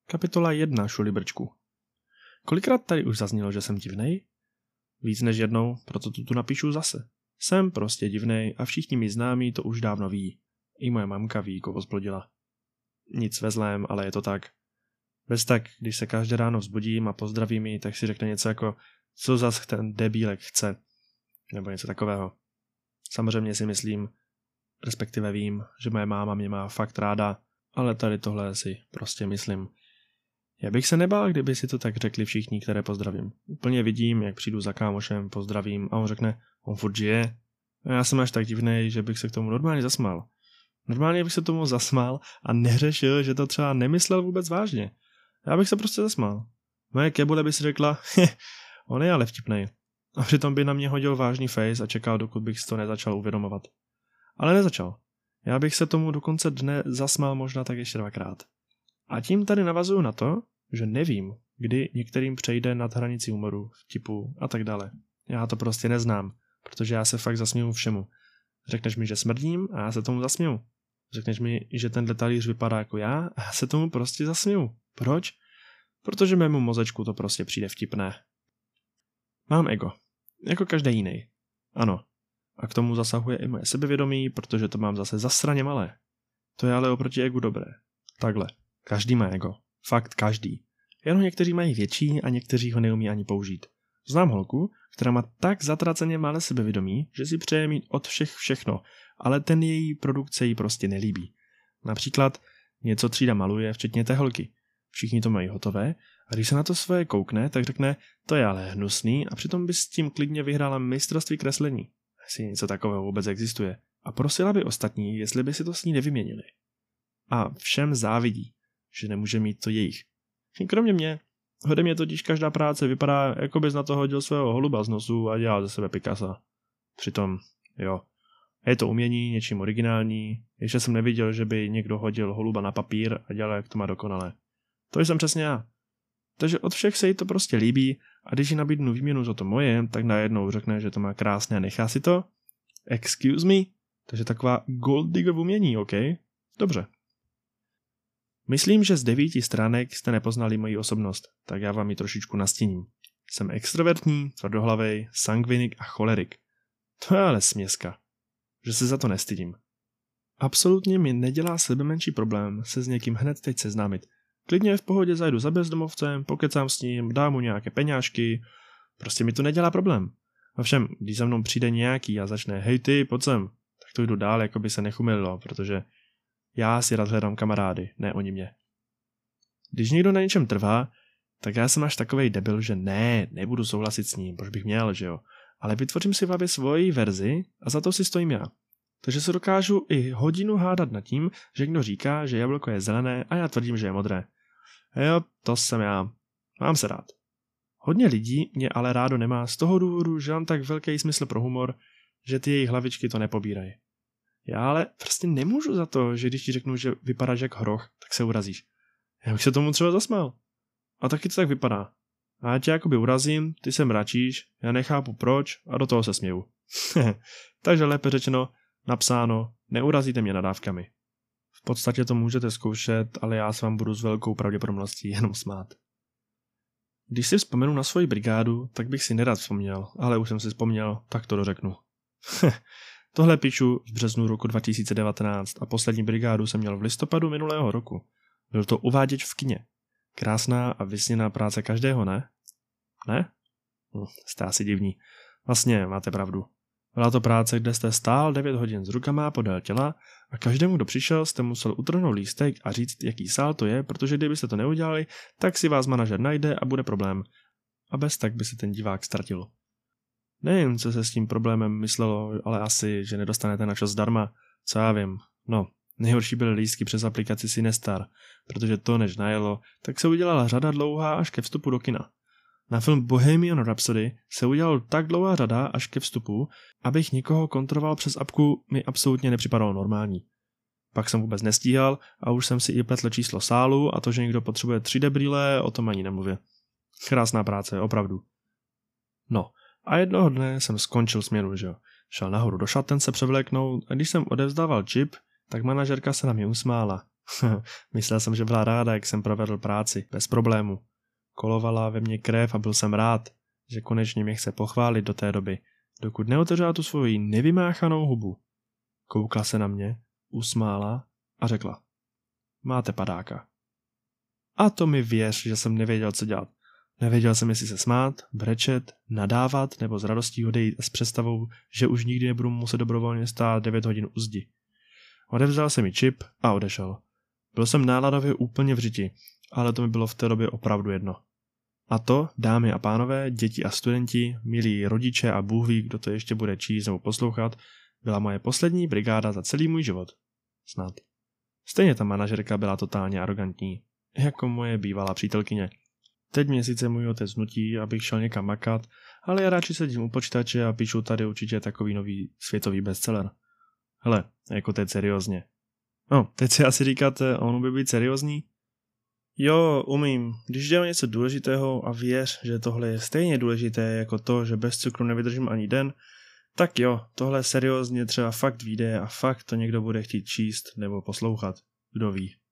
Kapitola 1, Šulibrčku. Kolikrát tady už zaznělo, že jsem divnej? Víc než jednou, proto to tu napíšu zase. Jsem prostě divnej a všichni mi známí to už dávno ví. I moje mamka ví, koho zplodila. Nic ve zlém, ale je to tak. Bez tak, když se každé ráno vzbudím a pozdravím ji, tak si řekne něco jako, co zas ten debílek chce. Nebo něco takového. Samozřejmě si myslím, respektive vím, že moje máma mě má fakt ráda, ale tady tohle si prostě myslím. Já bych se nebál, kdyby si to tak řekli všichni, které pozdravím. Úplně vidím, jak přijdu za kámošem, pozdravím a on řekne, on furt žije. A já jsem až tak divnej, že bych se k tomu normálně zasmál. Normálně bych se tomu zasmál a neřešil, že to třeba nemyslel vůbec vážně. Já bych se prostě zasmál. Moje kebule by si řekla, on je ale vtipnej. A přitom by na mě hodil vážný face a čekal, dokud bych si to nezačal uvědomovat. Ale nezačal. Já bych se tomu do konce dne zasmál možná tak ještě 2krát. A tím tady navazuju na to, že nevím, kdy některým přejde nad hranici humoru, vtipu a tak dále. Já to prostě neznám, protože já se fakt zasměju všemu. Řekneš mi, že smrdím a já se tomu zasměju. Řekneš mi, že tenhle talíř vypadá jako já a já se tomu prostě zasměju. Proč? Protože mému mozečku to prostě přijde vtipné. Mám ego. Jako každý jiný. Ano. A k tomu zasahuje i moje sebevědomí, protože to mám zase zasraně malé. To je ale oproti egu dobré. Takhle. Každý má ego. Fakt každý. Jenom někteří mají větší a někteří ho neumí ani použít. Znám holku, která má tak zatraceně malé sebevědomí, že si přeje mít od všech všechno, ale ten její produkt se jí prostě nelíbí. Například něco třída maluje, včetně té holky. Všichni to mají hotové a když se na to svoje koukne, tak řekne, to je ale hnusný a přitom by s tím klidně vyhrála mistrovství kreslení. Jestli něco takového vůbec existuje. A prosila by ostatní, jestli by si to s ní nevyměnili. A všem závidí, že nemůže mít to jejich. Kromě mě. Ode mě totiž každá práce vypadá, jako bys na to hodil svého holuba z nosu a dělal ze sebe Picassa. Přitom, jo. Je to umění, něčím originální. Ještě jsem neviděl, že by někdo hodil holuba na papír a dělal, jak to má dokonale. To jsem přesně já. Takže od všech se jí to prostě líbí a když jí nabídnu výměnu za to moje, tak najednou řekne, že to má krásné a nechá si to. Excuse me? Takže taková gold digger v umění, OK? Dobře. Myslím, že z 9 stránek jste nepoznali moji osobnost, tak já vám ji trošičku nastíním. Jsem extrovertní, tvrdohlavej, sangvinik a cholerik. To je ale směska, že se za to nestydím. Absolutně mi nedělá sebe menší problém se s někým hned teď seznámit. Klidně v pohodě zajdu za bezdomovcem, pokecám s ním, dám mu nějaké peňážky, prostě mi to nedělá problém. Ovšem, když za mnou přijde nějaký a začne, hej ty, pojď sem, tak to jdu dál, jako by se nechumililo, protože já si rád hledám kamarády, ne oni mě. Když někdo na něčem trvá, tak já jsem až takovej debil, že nebudu souhlasit s ním, proč bych měl, že jo. Ale vytvořím si v hlavě svoji verzi a za to si stojím já. Takže se dokážu i hodinu hádat nad tím, že někdo říká, že jablko je zelené a já tvrdím, že je modré. Jo, to jsem já. Mám se rád. Hodně lidí mě ale rádo nemá z toho důvodu, že mám tak velký smysl pro humor, že ty jejich hlavičky to nepobírají. Já ale prostě nemůžu za to, že když ti řeknu, že vypadáš jak hroch, tak se urazíš. Já bych se tomu třeba zasmál. A taky to tak vypadá. A já tě jakoby urazím, ty se mračíš, já nechápu proč a do toho se směju. Takže lépe řečeno, napsáno, neurazíte mě nadávkami. V podstatě to můžete zkoušet, ale já se vám budu s velkou pravděpodobností jenom smát. Když si vzpomenu na svoji brigádu, tak bych si nerad vzpomněl, ale už jsem si vzpomněl, tak to dořeknu. Tohle píšu v březnu roku 2019 a poslední brigádu jsem měl v listopadu minulého roku. Byl to uváděč v kině. Krásná a vysněná práce každého, ne? Ne? Jste asi divní. Vlastně máte pravdu. Byla to práce, kde jste stál 9 hodin s rukama podél těla a každému, kdo přišel, jste musel utrhnout lístek a říct, jaký sál to je, protože kdybyste to neudělali, tak si vás manažer najde a bude problém. A bez tak by se ten divák ztratil. Nevím, co se s tím problémem myslelo, ale asi, že nedostanete na čas zdarma. Co já vím. No, nejhorší byly lístky přes aplikaci Cinestar, protože to, než najelo, tak se udělala řada dlouhá až ke vstupu do kina. Na film Bohemian Rhapsody se udělal tak dlouhá řada až ke vstupu, abych někoho kontroloval přes apku, mi absolutně nepřipadalo normální. Pak jsem vůbec nestíhal a už jsem si i pletl číslo sálu a to, že někdo potřebuje 3D brýle, o tom ani nemluvě. Krásná práce, opravdu. No, a jednoho dne jsem skončil směnu, že jo. Šel nahoru do šaten se převléknout a když jsem odevzdával čip, tak manažerka se na mě usmála. Myslel jsem, že byla ráda, jak jsem provedl práci, bez problému. Kolovala ve mně krev a byl jsem rád, že konečně mě chce pochválit do té doby, dokud neotevřela tu svoji nevymáchanou hubu. Koukla se na mě, usmála a řekla: máte padáka. A to mi věř, že jsem nevěděl, co dělat. Nevěděl jsem, jestli se smát, brečet, nadávat nebo s radostí odejít s představou, že už nikdy nebudu muset dobrovolně stát 9 hodin u zdi. Odevzal jsem mi čip a odešel. Byl jsem náladově úplně v řiti, ale to mi bylo v té době opravdu jedno. A to, dámy a pánové, děti a studenti, milí rodiče a Bůh ví, kdo to ještě bude číst nebo poslouchat, byla moje poslední brigáda za celý můj život. Snad. Stejně ta manažerka byla totálně arrogantní, jako moje bývalá přítelkyně. Teď mě sice můj otec nutí, abych šel někam makat, ale já radši sedím u počítače a píšu tady určitě takový nový světový bestseller. Hele, jako teď seriózně. No, teď si asi říkáte, on umí být seriózní? Jo, umím. Když jde o něco důležitého a věř, že tohle je stejně důležité jako to, že bez cukru nevydržím ani den, tak jo, tohle seriózně třeba fakt vyjde a fakt to někdo bude chtít číst nebo poslouchat. Kdo ví.